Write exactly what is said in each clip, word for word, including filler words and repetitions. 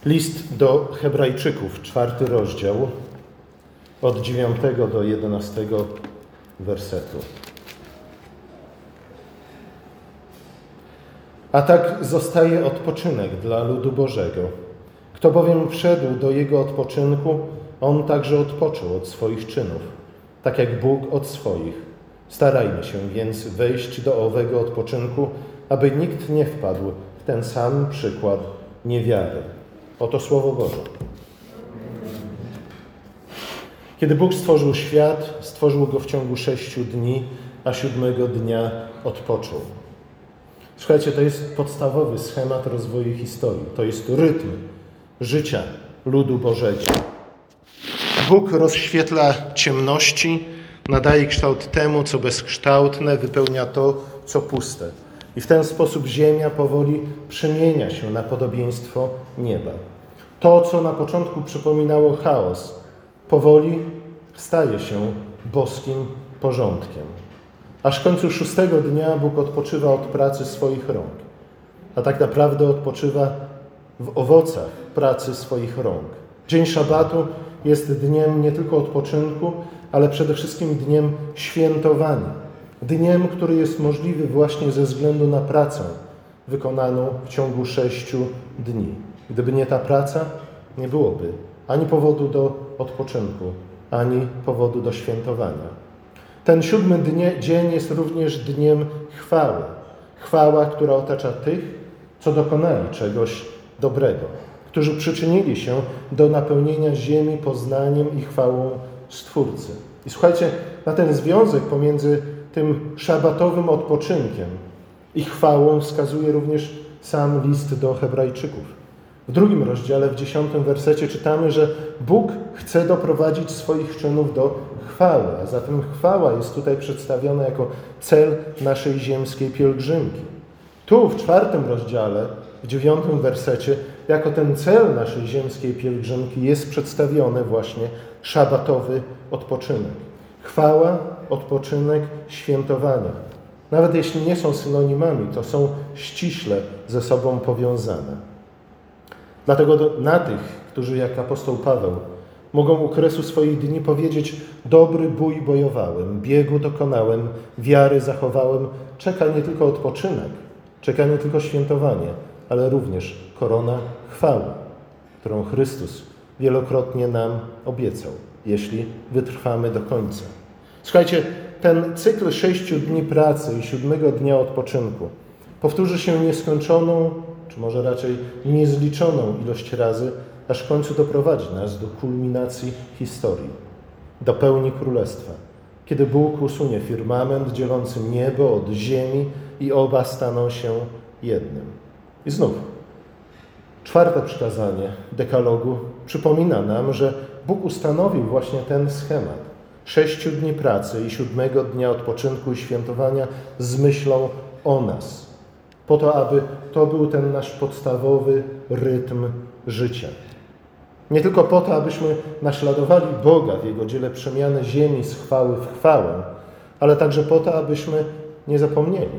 List do Hebrajczyków, czwarty rozdział, od dziewiątego do jedenastego wersetu. A tak zostaje odpoczynek dla ludu Bożego. Kto bowiem wszedł do jego odpoczynku, on także odpoczął od swoich czynów, tak jak Bóg od swoich. Starajmy się więc wejść do owego odpoczynku, aby nikt nie wpadł w ten sam przykład niewiary. Oto Słowo Boże. Kiedy Bóg stworzył świat, stworzył go w ciągu sześciu dni, a siódmego dnia odpoczął. Słuchajcie, to jest podstawowy schemat rozwoju historii. To jest rytm życia ludu Bożego. Bóg rozświetla ciemności, nadaje kształt temu, co bezkształtne, wypełnia to, co puste. I w ten sposób ziemia powoli przemienia się na podobieństwo nieba. To, co na początku przypominało chaos, powoli staje się boskim porządkiem. Aż w końcu szóstego dnia Bóg odpoczywa od pracy swoich rąk, a tak naprawdę odpoczywa w owocach pracy swoich rąk. Dzień szabatu jest dniem nie tylko odpoczynku, ale przede wszystkim dniem świętowania. Dniem, który jest możliwy właśnie ze względu na pracę wykonaną w ciągu sześciu dni. Gdyby nie ta praca, nie byłoby ani powodu do odpoczynku, ani powodu do świętowania. Ten siódmy dnie, dzień jest również dniem chwały. Chwała, która otacza tych, co dokonali czegoś dobrego, którzy przyczynili się do napełnienia ziemi poznaniem i chwałą Stwórcy. I słuchajcie, na ten związek pomiędzy tym szabatowym odpoczynkiem i chwałą wskazuje również sam list do Hebrajczyków. W drugim rozdziale, w dziesiątym wersecie czytamy, że Bóg chce doprowadzić swoich czynów do chwały, a zatem chwała jest tutaj przedstawiona jako cel naszej ziemskiej pielgrzymki. Tu w czwartym rozdziale, w dziewiątym wersecie, jako ten cel naszej ziemskiej pielgrzymki jest przedstawiony właśnie szabatowy odpoczynek. Chwała, odpoczynek, świętowania. Nawet jeśli nie są synonimami, to są ściśle ze sobą powiązane. Dlatego do, na tych, którzy jak apostoł Paweł mogą u kresu swoich dni powiedzieć: dobry bój bojowałem, biegu dokonałem, wiary zachowałem, czeka nie tylko odpoczynek, czeka nie tylko świętowanie, ale również korona chwały, którą Chrystus wielokrotnie nam obiecał, jeśli wytrwamy do końca. Słuchajcie, ten cykl sześciu dni pracy i siódmego dnia odpoczynku powtórzy się nieskończoną, czy może raczej niezliczoną ilość razy, aż w końcu doprowadzi nas do kulminacji historii, do pełni królestwa, kiedy Bóg usunie firmament dzielący niebo od ziemi i oba staną się jednym. I znów, czwarte przykazanie dekalogu przypomina nam, że Bóg ustanowił właśnie ten schemat sześciu dni pracy i siódmego dnia odpoczynku i świętowania z myślą o nas, po to, aby to był ten nasz podstawowy rytm życia. Nie tylko po to, abyśmy naśladowali Boga w Jego dziele przemiany ziemi z chwały w chwałę, ale także po to, abyśmy nie zapomnieli,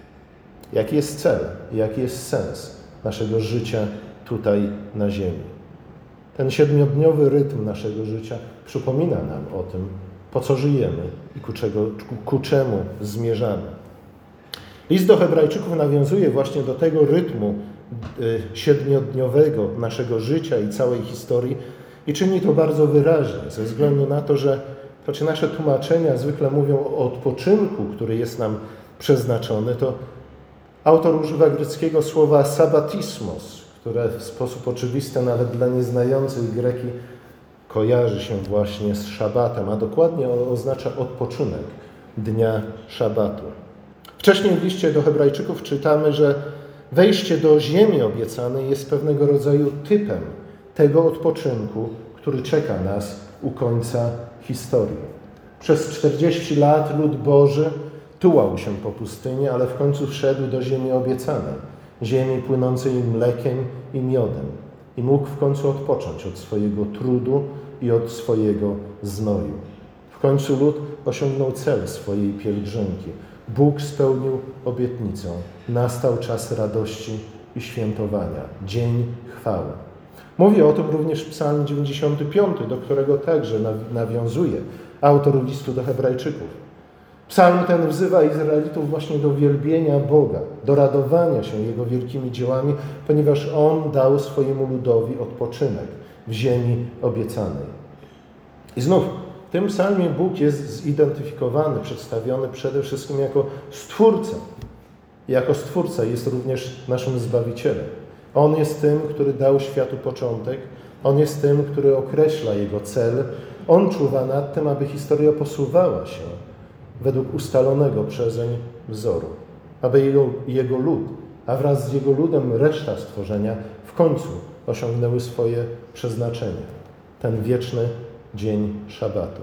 jaki jest cel, jaki jest sens naszego życia tutaj na ziemi. Ten siedmiodniowy rytm naszego życia przypomina nam o tym, po co żyjemy i ku, czego, ku czemu zmierzamy. List do Hebrajczyków nawiązuje właśnie do tego rytmu siedmiodniowego naszego życia i całej historii i czyni to bardzo wyraźnie, ze względu na to, że choć nasze tłumaczenia zwykle mówią o odpoczynku, który jest nam przeznaczony, to autor używa greckiego słowa sabatismos, które w sposób oczywisty nawet dla nieznających Greki kojarzy się właśnie z szabatem, a dokładnie oznacza odpoczynek dnia szabatu. Wcześniej w liście do Hebrajczyków czytamy, że wejście do ziemi obiecanej jest pewnego rodzaju typem tego odpoczynku, który czeka nas u końca historii. Przez czterdzieści lat lud Boży tułał się po pustyni, ale w końcu wszedł do ziemi obiecanej, ziemi płynącej mlekiem i miodem i mógł w końcu odpocząć od swojego trudu i od swojego znoju. W końcu lud osiągnął cel swojej pielgrzymki. Bóg spełnił obietnicę. Nastał czas radości i świętowania. Dzień chwały. Mówi o tym również Psalm dziewięćdziesiąty piąty, do którego także nawiązuje autor listu do Hebrajczyków. Psalm ten wzywa Izraelitów właśnie do wielbienia Boga, do radowania się Jego wielkimi dziełami, ponieważ On dał swojemu ludowi odpoczynek w ziemi obiecanej. I znów w tym psalmie Bóg jest zidentyfikowany, przedstawiony przede wszystkim jako Stwórca. I jako Stwórca jest również naszym Zbawicielem. On jest tym, który dał światu początek. On jest tym, który określa jego cel. On czuwa nad tym, aby historia posuwała się według ustalonego przezeń wzoru. Aby jego, jego lud, a wraz z jego ludem reszta stworzenia w końcu osiągnęły swoje przeznaczenie. Ten wieczny dzień szabatu.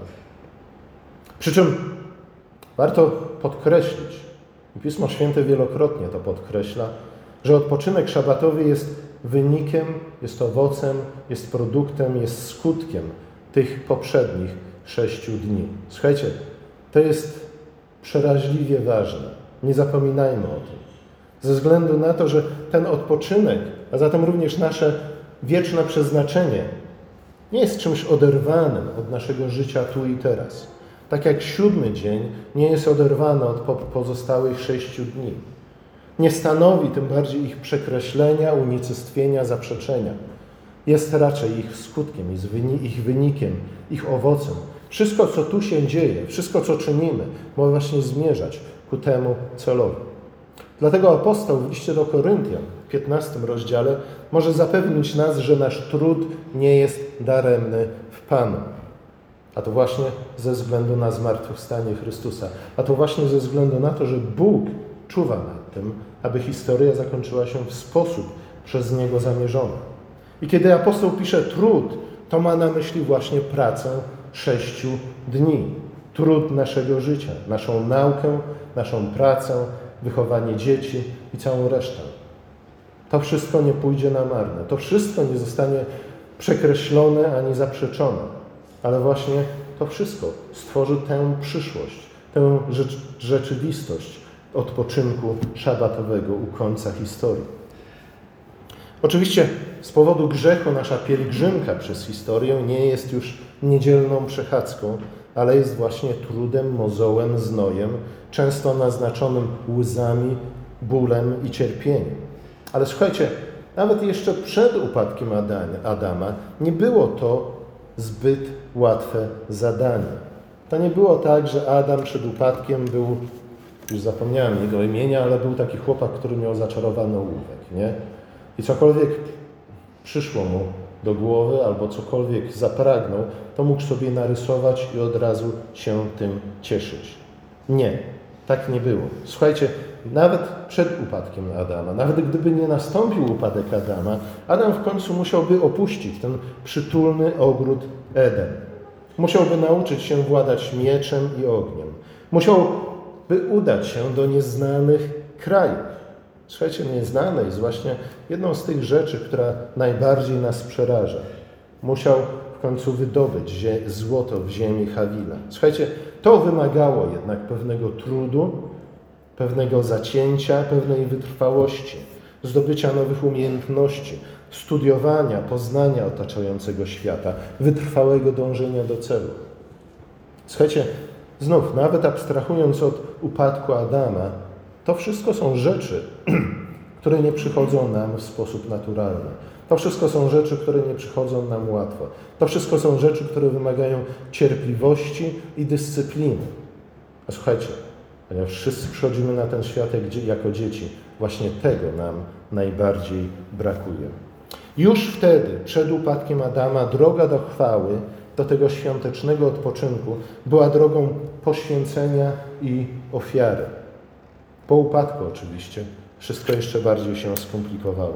Przy czym warto podkreślić, i Pismo Święte wielokrotnie to podkreśla, że odpoczynek szabatowy jest wynikiem, jest owocem, jest produktem, jest skutkiem tych poprzednich sześciu dni. Słuchajcie, to jest przeraźliwie ważne. Nie zapominajmy o tym. Ze względu na to, że ten odpoczynek, a zatem również nasze wieczne przeznaczenie nie jest czymś oderwanym od naszego życia tu i teraz. Tak jak siódmy dzień nie jest oderwany od pozostałych sześciu dni. Nie stanowi tym bardziej ich przekreślenia, unicestwienia, zaprzeczenia. Jest raczej ich skutkiem, ich wynikiem, ich owocem. Wszystko, co tu się dzieje, wszystko, co czynimy, ma właśnie zmierzać ku temu celowi. Dlatego apostoł w liście do Koryntian w piętnastym rozdziale może zapewnić nas, że nasz trud nie jest daremny w Panu. A to właśnie ze względu na zmartwychwstanie Chrystusa. A to właśnie ze względu na to, że Bóg czuwa nad tym, aby historia zakończyła się w sposób przez Niego zamierzony. I kiedy apostoł pisze trud, to ma na myśli właśnie pracę sześciu dni. Trud naszego życia, naszą naukę, naszą pracę, wychowanie dzieci i całą resztę. To wszystko nie pójdzie na marne. To wszystko nie zostanie przekreślone ani zaprzeczone. Ale właśnie to wszystko stworzy tę przyszłość, tę rzecz, rzeczywistość odpoczynku szabatowego u końca historii. Oczywiście z powodu grzechu nasza pielgrzymka przez historię nie jest już niedzielną przechadzką, ale jest właśnie trudem, mozołem, znojem, często naznaczonym łzami, bólem i cierpieniem. Ale słuchajcie, nawet jeszcze przed upadkiem Adama nie było to zbyt łatwe zadanie. To nie było tak, że Adam przed upadkiem był, już zapomniałem jego imienia, ale był taki chłopak, który miał zaczarowany ołówek, nie? I cokolwiek przyszło mu do głowy albo cokolwiek zapragnął, to mógł sobie narysować i od razu się tym cieszyć. Nie, tak nie było. Słuchajcie, nawet przed upadkiem Adama, nawet gdyby nie nastąpił upadek Adama, Adam w końcu musiałby opuścić ten przytulny ogród Eden. Musiałby nauczyć się władać mieczem i ogniem. Musiałby udać się do nieznanych krajów. Słuchajcie, nieznane jest właśnie jedną z tych rzeczy, która najbardziej nas przeraża. Musiał w końcu wydobyć złoto w ziemi Hawila. Słuchajcie, to wymagało jednak pewnego trudu, pewnego zacięcia, pewnej wytrwałości, zdobycia nowych umiejętności, studiowania, poznania otaczającego świata, wytrwałego dążenia do celu. Słuchajcie, znów, nawet abstrahując od upadku Adama, to wszystko są rzeczy, które nie przychodzą nam w sposób naturalny. To wszystko są rzeczy, które nie przychodzą nam łatwo. To wszystko są rzeczy, które wymagają cierpliwości i dyscypliny. A słuchajcie, ponieważ wszyscy przychodzimy na ten świat jako dzieci, właśnie tego nam najbardziej brakuje. Już wtedy, przed upadkiem Adama, droga do chwały, do tego świątecznego odpoczynku była drogą poświęcenia i ofiary. Po upadku oczywiście wszystko jeszcze bardziej się skomplikowało.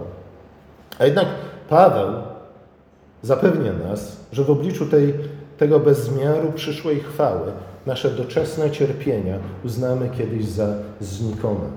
A jednak Paweł zapewnia nas, że w obliczu tej, tego bezmiaru przyszłej chwały nasze doczesne cierpienia uznamy kiedyś za znikome.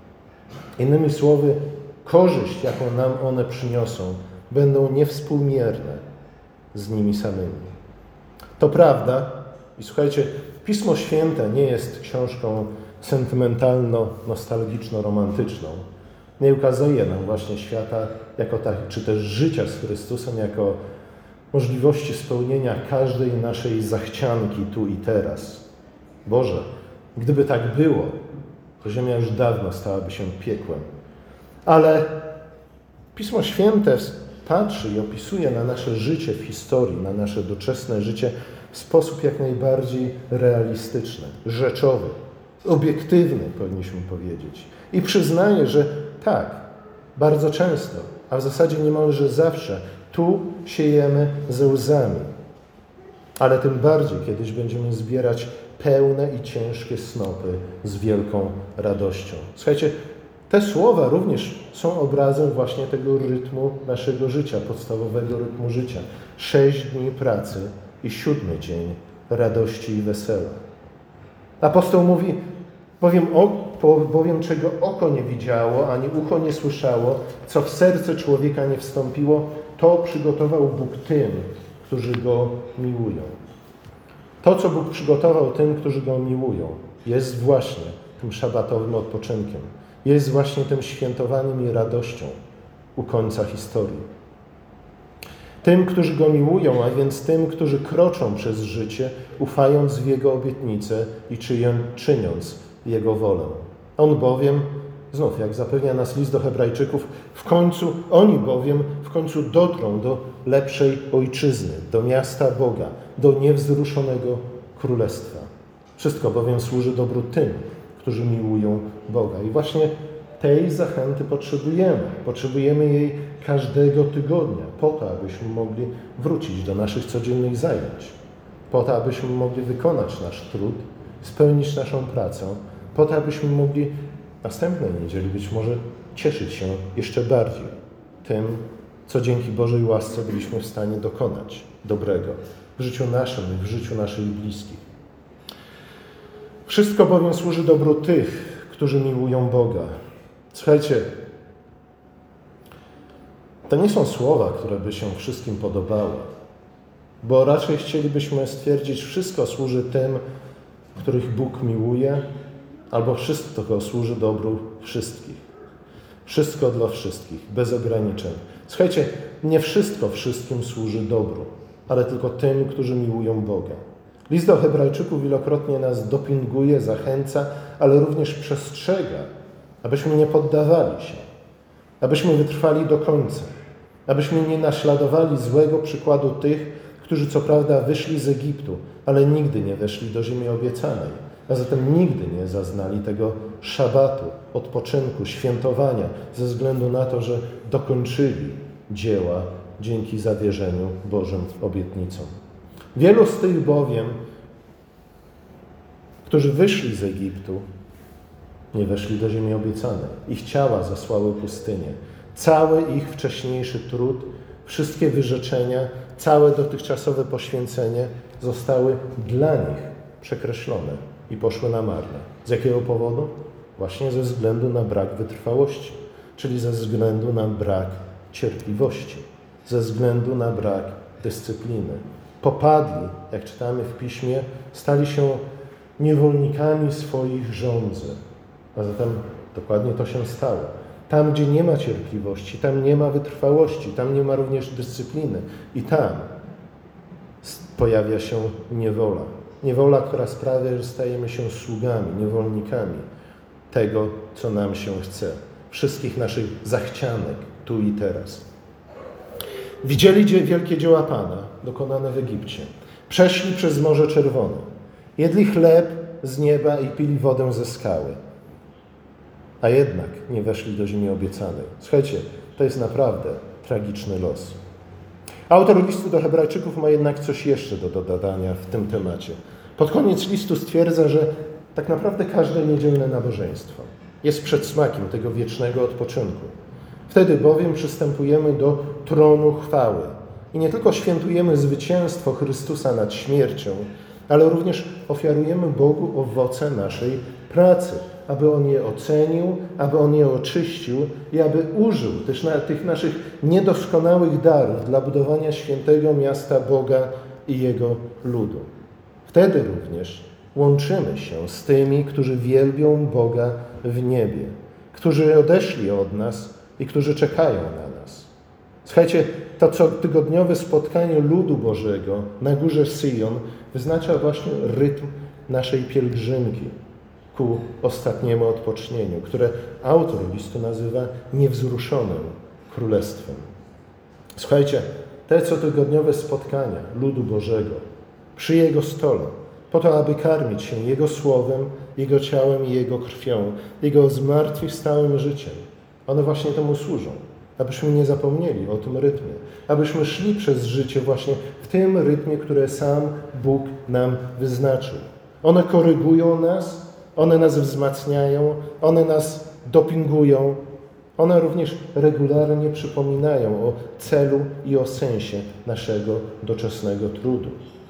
Innymi słowy, korzyść, jaką nam one przyniosą, będą niewspółmierne z nimi samymi. To prawda i słuchajcie, Pismo Święte nie jest książką sentymentalno-nostalgiczno-romantyczną. nie ukazuje nam właśnie świata jako tak, czy też życia z Chrystusem jako możliwości spełnienia każdej naszej zachcianki tu i teraz. Boże, gdyby tak było, to ziemia już dawno stałaby się piekłem. Ale Pismo Święte patrzy i opisuje na nasze życie w historii, na nasze doczesne życie w sposób jak najbardziej realistyczny, rzeczowy, obiektywny, powinniśmy powiedzieć. I przyznaje, że tak, bardzo często, a w zasadzie niemalże zawsze, tu siejemy ze łzami. Ale tym bardziej kiedyś będziemy zbierać pełne i ciężkie snopy z wielką radością. Słuchajcie, te słowa również są obrazem właśnie tego rytmu naszego życia, podstawowego rytmu życia. Sześć dni pracy i siódmy dzień radości i wesela. Apostoł mówi, bowiem, o, bowiem czego oko nie widziało, ani ucho nie słyszało, co w serce człowieka nie wstąpiło, to przygotował Bóg tym, którzy Go miłują. To, co Bóg przygotował tym, którzy Go miłują, jest właśnie tym szabatowym odpoczynkiem. Jest właśnie tym świętowaniem i radością u końca historii. Tym, którzy Go miłują, a więc tym, którzy kroczą przez życie, ufając w Jego obietnice i czyniąc Jego wolę. On bowiem, znów jak zapewnia nas list do Hebrajczyków, w końcu, oni bowiem w końcu dotrą do lepszej ojczyzny, do miasta Boga, do niewzruszonego królestwa. Wszystko bowiem służy dobru tym, którzy miłują Boga. I właśnie tej zachęty potrzebujemy. Potrzebujemy jej każdego tygodnia, po to, abyśmy mogli wrócić do naszych codziennych zajęć, po to, abyśmy mogli wykonać nasz trud, spełnić naszą pracę, po to, abyśmy mogli następnej niedzieli być może cieszyć się jeszcze bardziej tym, co dzięki Bożej łasce byliśmy w stanie dokonać dobrego w życiu naszym i w życiu naszych bliskich. Wszystko bowiem służy dobru tych, którzy miłują Boga. Słuchajcie, to nie są słowa, które by się wszystkim podobały, bo raczej chcielibyśmy stwierdzić, wszystko służy tym, których Bóg miłuje, albo wszystko służy dobru wszystkich. Wszystko dla wszystkich, bez ograniczeń. Słuchajcie, nie wszystko wszystkim służy dobru, ale tylko tym, którzy miłują Boga. List do Hebrajczyków wielokrotnie nas dopinguje, zachęca, ale również przestrzega, abyśmy nie poddawali się, abyśmy wytrwali do końca, abyśmy nie naśladowali złego przykładu tych, którzy co prawda wyszli z Egiptu, ale nigdy nie weszli do ziemi obiecanej, a zatem nigdy nie zaznali tego szabatu, odpoczynku, świętowania, ze względu na to, że dokończyli dzieła dzięki zawierzeniu Bożym obietnicom. Wielu z tych bowiem, którzy wyszli z Egiptu, nie weszli do ziemi obiecanej. Ich ciała zasłały pustynię. Cały ich wcześniejszy trud, wszystkie wyrzeczenia, całe dotychczasowe poświęcenie zostały dla nich przekreślone i poszły na marne. Z jakiego powodu? Właśnie ze względu na brak wytrwałości, czyli ze względu na brak cierpliwości, ze względu na brak dyscypliny. Popadli, jak czytamy w Piśmie, stali się niewolnikami swoich żądzy. A zatem dokładnie to się stało. Tam, gdzie nie ma cierpliwości, tam nie ma wytrwałości, tam nie ma również dyscypliny. I tam pojawia się niewola. Niewola, która sprawia, że stajemy się sługami, niewolnikami tego, co nam się chce. Wszystkich naszych zachcianek tu i teraz. Widzieli wielkie dzieła Pana, dokonane w Egipcie. Przeszli przez Morze Czerwone. Jedli chleb z nieba i pili wodę ze skały. A jednak nie weszli do ziemi obiecanej. Słuchajcie, to jest naprawdę tragiczny los. Autor listu do Hebrajczyków ma jednak coś jeszcze do dodania w tym temacie. Pod koniec listu stwierdza, że tak naprawdę każde niedzielne nabożeństwo jest przedsmakiem tego wiecznego odpoczynku. Wtedy bowiem przystępujemy do tronu chwały i nie tylko świętujemy zwycięstwo Chrystusa nad śmiercią, ale również ofiarujemy Bogu owoce naszej pracy, aby On je ocenił, aby On je oczyścił i aby użył też na tych naszych niedoskonałych darów dla budowania świętego miasta Boga i Jego ludu. Wtedy również łączymy się z tymi, którzy wielbią Boga w niebie, którzy odeszli od nas i którzy czekają na nas. Słuchajcie, to cotygodniowe spotkanie ludu Bożego na górze Syjon wyznacza właśnie rytm naszej pielgrzymki ku ostatniemu odpocznieniu, które autor listu nazywa niewzruszonym królestwem. Słuchajcie, te cotygodniowe spotkania ludu Bożego przy Jego stole, po to, aby karmić się Jego słowem, Jego ciałem i Jego krwią, Jego zmartwychwstałym życiem, one właśnie temu służą. Abyśmy nie zapomnieli o tym rytmie. Abyśmy szli przez życie właśnie w tym rytmie, które sam Bóg nam wyznaczył. One korygują nas, one nas wzmacniają, one nas dopingują. One również regularnie przypominają o celu i o sensie naszego doczesnego trudu.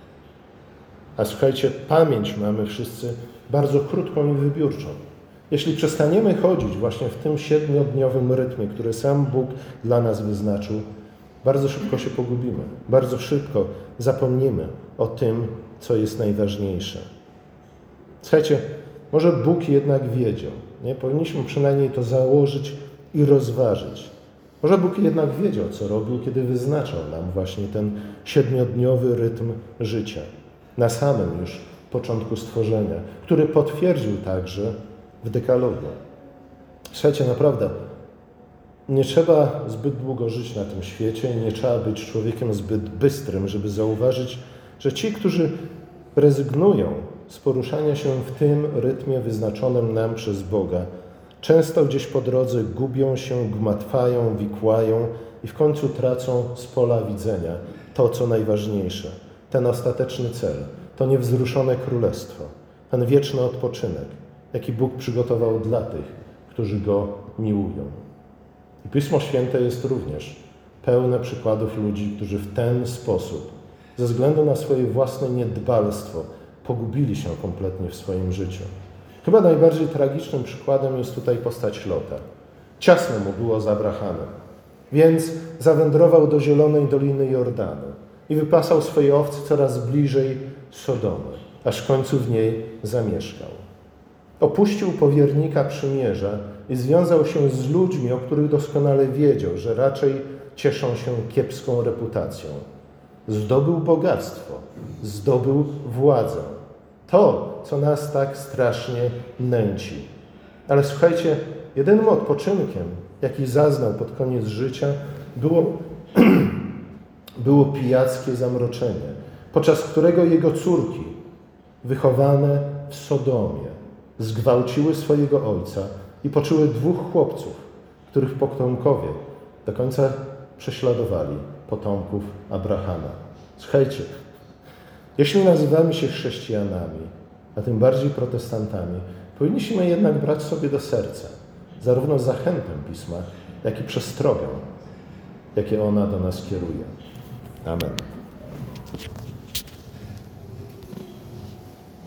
A słuchajcie, pamięć mamy wszyscy bardzo krótką i wybiórczą. Jeśli przestaniemy chodzić właśnie w tym siedmiodniowym rytmie, który sam Bóg dla nas wyznaczył, bardzo szybko się pogubimy. Bardzo szybko zapomnimy o tym, co jest najważniejsze. Słuchajcie, może Bóg jednak wiedział. Nie? Powinniśmy przynajmniej to założyć i rozważyć. Może Bóg jednak wiedział, co robił, kiedy wyznaczał nam właśnie ten siedmiodniowy rytm życia. Na samym już początku stworzenia, który potwierdził także w dekalogu. Słuchajcie, naprawdę, nie trzeba zbyt długo żyć na tym świecie i nie trzeba być człowiekiem zbyt bystrym, żeby zauważyć, że ci, którzy rezygnują z poruszania się w tym rytmie wyznaczonym nam przez Boga, często gdzieś po drodze gubią się, gmatwają, wikłają i w końcu tracą z pola widzenia to, co najważniejsze, ten ostateczny cel, to niewzruszone królestwo, ten wieczny odpoczynek, jaki Bóg przygotował dla tych, którzy Go miłują. I Pismo Święte jest również pełne przykładów ludzi, którzy w ten sposób, ze względu na swoje własne niedbalstwo, pogubili się kompletnie w swoim życiu. Chyba najbardziej tragicznym przykładem jest tutaj postać Lota. Ciasno mu było z Abrahamem, więc zawędrował do zielonej doliny Jordanu i wypasał swoje owce coraz bliżej Sodomy, aż w końcu w niej zamieszkał. Opuścił powiernika przymierza i związał się z ludźmi, o których doskonale wiedział, że raczej cieszą się kiepską reputacją. Zdobył bogactwo, zdobył władzę. To, co nas tak strasznie nęci. Ale słuchajcie, jedynym odpoczynkiem, jaki zaznał pod koniec życia, było, było pijackie zamroczenie, podczas którego jego córki, wychowane w Sodomie, zgwałciły swojego ojca i poczuły dwóch chłopców, których potomkowie do końca prześladowali potomków Abrahama. Słuchajcie, jeśli nazywamy się chrześcijanami, a tym bardziej protestantami, powinniśmy jednak brać sobie do serca zarówno zachętę Pisma, jak i przestrogę, jakie ona do nas kieruje. Amen.